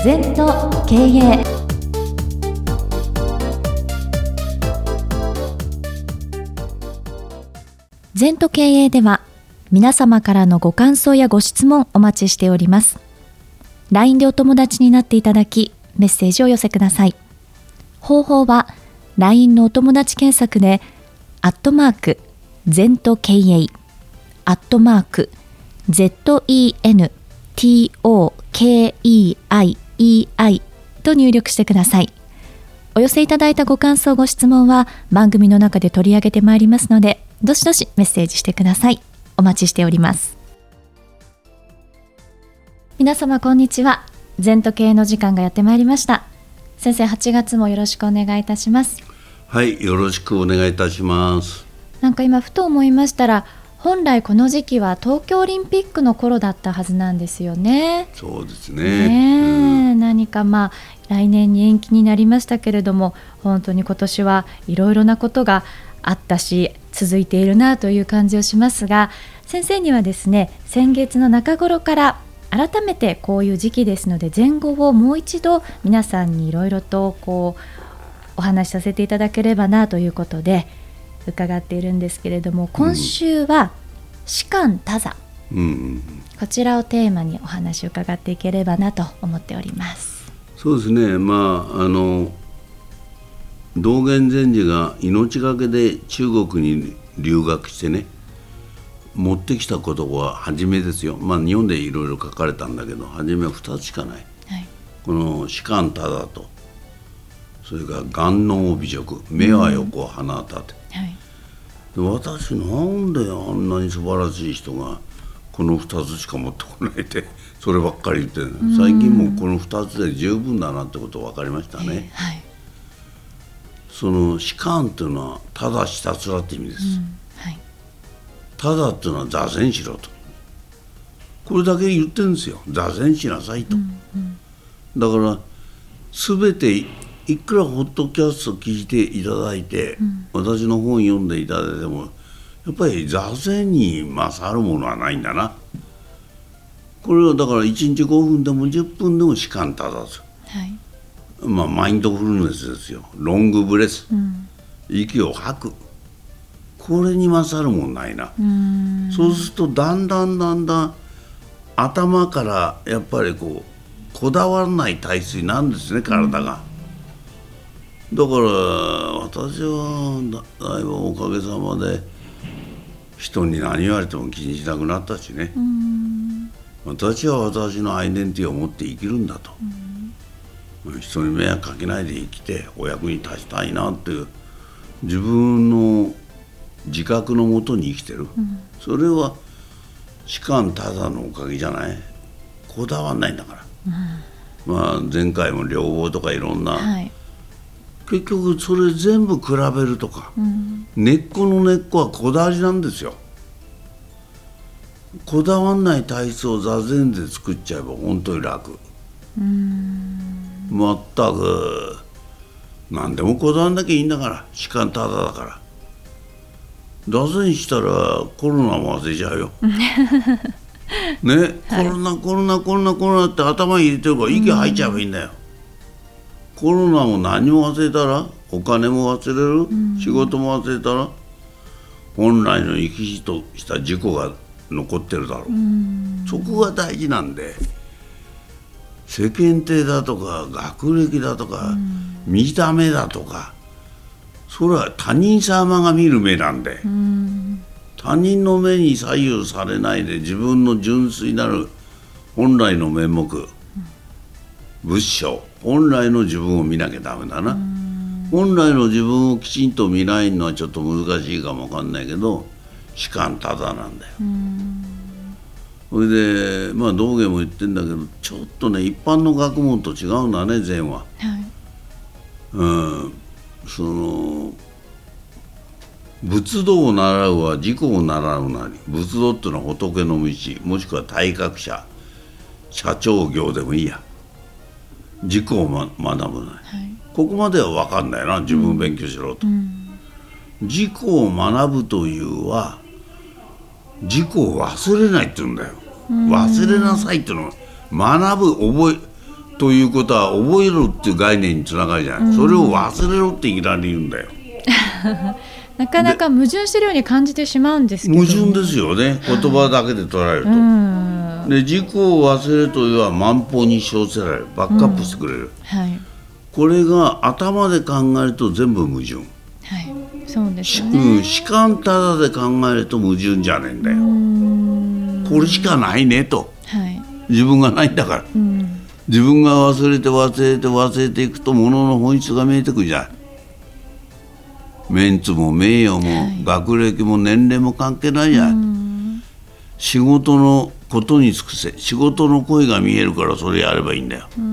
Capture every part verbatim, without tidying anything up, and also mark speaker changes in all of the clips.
Speaker 1: 禅と経営。禅と経営では皆様からのご感想やご質問お待ちしております。 ライン でお友達になっていただきメッセージをお寄せください。方法は ライン のお友達検索でアットマーク禅と経営アットマーク ゼットイーエヌティーオーケーイーアイイーアイ と入力してください。お寄せいただいたご感想ご質問は番組の中で取り上げてまいりますので、どしどしメッセージしてください。お待ちしております。皆様こんにちは。禅と経営の時間がやってまいりました。先生、はちがつもよろしくお願いいたします。
Speaker 2: はい、よろしくお願いいたします。
Speaker 1: なんか今ふと思いましたら、本来この時期は東京オリンピックの頃だったはずなんですよね。
Speaker 2: そうですね。
Speaker 1: ね、うん、何かまあ来年に延期になりましたけれども、本当に今年はいろいろなことがあったし続いているなという感じをしますが、先生にはですね、先月の中頃から改めてこういう時期ですので、前後をもう一度皆さんにいろいろとこうお話しさせていただければなということで伺っているんですけれども、今週は士官多座、うん、こちらをテーマにお話を伺っていければなと思っております。
Speaker 2: そうですね、まああの道元禅師が命がけで中国に留学してね、持ってきた言葉は初めですよ。まあ日本でいろいろ書かれたんだけど、初めはふたつしかない、はい、この士官多座と、それから眼能美辱、目は横鼻は縦、うんはい、で私なんであんなに素晴らしい人がこのふたつしか持ってこないってそればっかり言ってる。最近もこのふたつで十分だなってこと分かりましたね、えーはい、その士官っていうのはただひたすらって意味です、うんはい、ただっていうのは座禅しろと、これだけ言ってるんですよ。座禅しなさいと、うんうん、だから全ていくらホットキャスト聞いていただいて、うん、私の本読んでいただいてもやっぱり座禅に勝るものはないんだな。これはだからいちにちごふんでもじゅっぷんでも士官多座です、はい、まあマインドフルネスですよ。ロングブレス、うん、息を吐く、これに勝るもんないな。うーん、そうするとだんだんだんだん頭からやっぱりこうこだわらない体質なんですね、体が、うん、だから私はだ, だいぶおかげさまで人に何言われても気にしなくなったしね。うーん、私は私のアイデンティティを持って生きるんだと、うん、人に迷惑かけないで生きてお役に立ちたいなっていう自分の自覚のもとに生きてる、うん、それは士官多座のおかげじゃない。こだわんないんだから、うん、まあ前回も両方とかいろんな、はい、結局それ全部比べるとか、うん、根っこの根っこはこだわりなんですよ。こだわんない体質を座禅で作っちゃえば本当に楽。うーん、全く何でもこだわんなきゃいいんだから、士官多座だから。座禅したらコロナも忘れちゃうよね、はい、コロナコロナコロナコロナって頭に入れてるから息吐いちゃえばいいんだよ。コロナも何も忘れたら、お金も忘れる、うん、仕事も忘れたら本来の生きとした自己が残ってるだろう、うん、そこが大事なんで、世間体だとか学歴だとか、うん、見た目だとか、それは他人様が見る目なんで、うん、他人の目に左右されないで自分の純粋なる本来の面目、うん、仏性、本来の自分を見なきゃダメだな、うん、本来の自分をきちんと見ないのはちょっと難しいかもわかんないけど、士官多座なんだよ、うん、それでまあ道元も言ってんだけど、ちょっとね一般の学問と違うんだね、禅は、はい、うん、その仏道を習うは自己を習うなり、仏道っていうのは仏の道、もしくは体格者、社長業でもいいや、自己を、ま、学ぶなり、はい、ここまでは分かんないな、自分勉強しろと、うんうん、自己を学ぶというは自己を忘れないって言うんだよ。忘れなさいっていうのは、学ぶ、覚えということは覚えろっていう概念につながるじゃない、うん、それを忘れろっていきなり言うんだよ
Speaker 1: なかなか矛盾してるように感じてしまうんですけど、
Speaker 2: 矛盾ですよね、言葉だけで捉えると、うん、で自己を忘れるというのは万法に生せられる、バックアップしてくれる、うんはい、これが頭で考えると全部矛盾、はい、
Speaker 1: そうですよね、
Speaker 2: うん、主観ただで考えると矛盾じゃねえんだよ、うんこれしかないねと、はい、自分がないんだから、うん、自分が忘れて忘れて忘れていくと物の本質が見えてくるじゃん。メンツも名誉も、はい、学歴も年齢も関係ないじゃん、うん、仕事のことに尽くせ、仕事の声が見えるからそれやればいいんだよ、うん、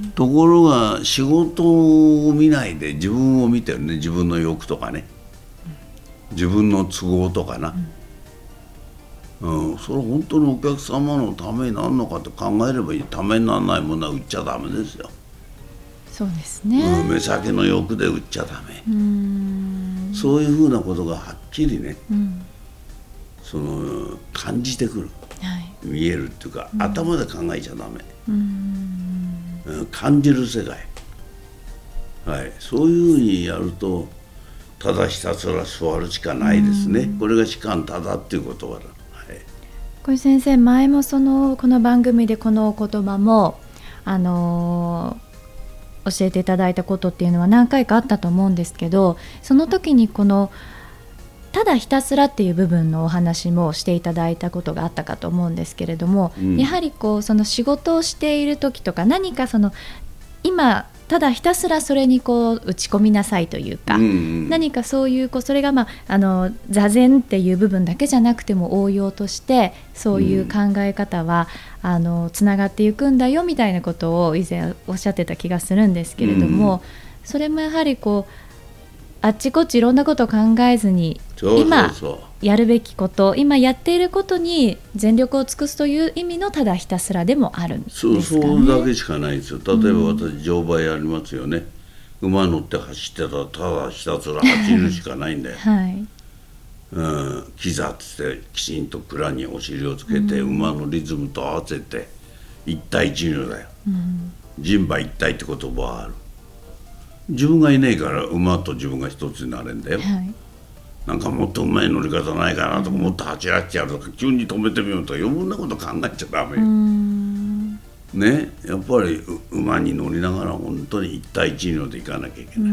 Speaker 2: ところが仕事を見ないで自分を見てるね、自分の欲とかね、自分の都合とかな、うんうん、それ本当にお客様のためになるのかって考えればいい。ためにならないものは売っちゃダメですよ。
Speaker 1: そうですね、
Speaker 2: うん、目先の欲で売っちゃダメ。うーん、そういうふうなことがはっきりね、うん、その感じてくる、はい、見えるっていうか、うん、頭で考えちゃダメ、うーん、うん、感じる世界、はい、そういうふうにやるとただひたすら座るしかないですね。これが士官ただっていう言葉だ。
Speaker 1: 小石先生、前もそのこの番組でこのお言葉も、あのー、教えていただいたことっていうのは何回かあったと思うんですけど、その時にこのただひたすらっていう部分のお話もしていただいたことがあったかと思うんですけれども、うん、やはりこうその仕事をしている時とか、何かその今ただひたすらそれにこう打ち込みなさいというか、うんうん、何かそういう、こうそれが、まあ、あの座禅っていう部分だけじゃなくても応用としてそういう考え方は、うん、あのつながっていくんだよみたいなことを以前おっしゃってた気がするんですけれども、うん、それもやはりこうあっちこっちいろんなことを考えずに、
Speaker 2: そうそうそう、
Speaker 1: 今やるべきこと、今やっていることに全力を尽くすという意味のただひたすらでもあるんですかね。
Speaker 2: そう、そうだけしかないんですよ。例えば私乗馬やりますよね、うん、馬乗って走ってたらただひたすら走るしかないんだよ、はいうん、キザっつってきちんと蔵にお尻をつけて、うん、馬のリズムと合わせて一体一如だよ、うん、人馬一体って言葉はある。自分がいないから馬と自分が一つになれるんだよ、はい、なんかもっとうまい乗り方ないかなとか、うん、もっと走らせてやるとか、急に止めてみようとか、余分なこと考えちゃダメよ、うんね、やっぱり馬に乗りながら本当に一対一のでいかなきゃいけない。うん、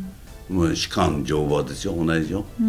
Speaker 2: もう士官乗馬ですよ、同じよ。うん、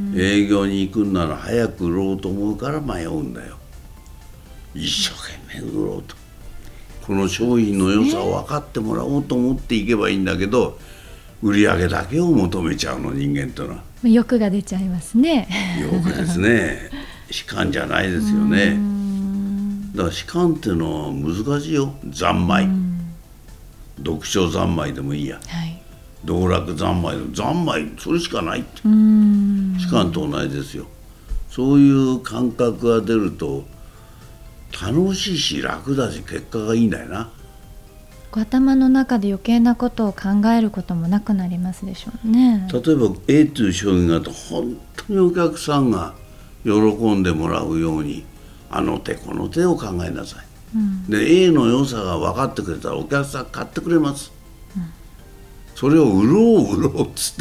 Speaker 2: 営業に行くんなら早く売ろうと思うから迷うんだよ。一生懸命売ろうと、この商品の良さを分かってもらおうと思っていけばいいんだけど、売り上げだけを求めちゃうの、人間というのは。
Speaker 1: 欲が出ちゃいますね。
Speaker 2: 欲ですね。士官じゃないですよね。だから士官っていうのは難しいよ。三昧、読書三昧でもいいや、はい、道楽三昧でも、三昧それしかないって、士官と同じですよ。そういう感覚が出ると楽しいし楽だし、結果がいいんだよな。
Speaker 1: 頭の中で余計なことを考えることもなくなりますでしょうね。
Speaker 2: 例えば A という商品があって、本当にお客さんが喜んでもらうように、あの手この手を考えなさい、うん、で A の良さが分かってくれたらお客さん買ってくれます、うん、それを売ろう売ろうっつって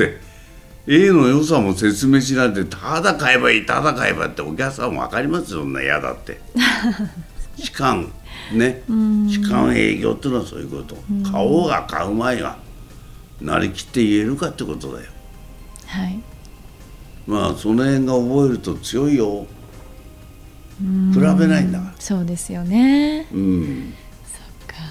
Speaker 2: A の良さも説明しないで、ただ買えばいいただ買えばって、お客さんも分かりますよ、そんな嫌だって士官ね、士官営業っていうのはそういうこと。買おうが買う前がなりきって言えるかってことだよ。はい。まあその辺が覚えると強いよ。比べないんだから。
Speaker 1: そうですよね。うん。そっか。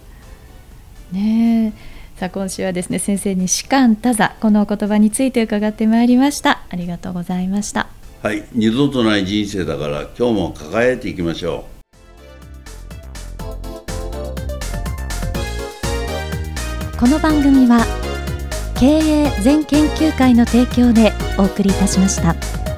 Speaker 1: ねえ。さあ今週はですね、先生に士官多座、このお言葉について伺ってまいりました。ありがとうございました。
Speaker 2: はい。二度とない人生だから今日も輝いていきましょう。
Speaker 1: この番組は経営全研究会の提供でお送りいたしました。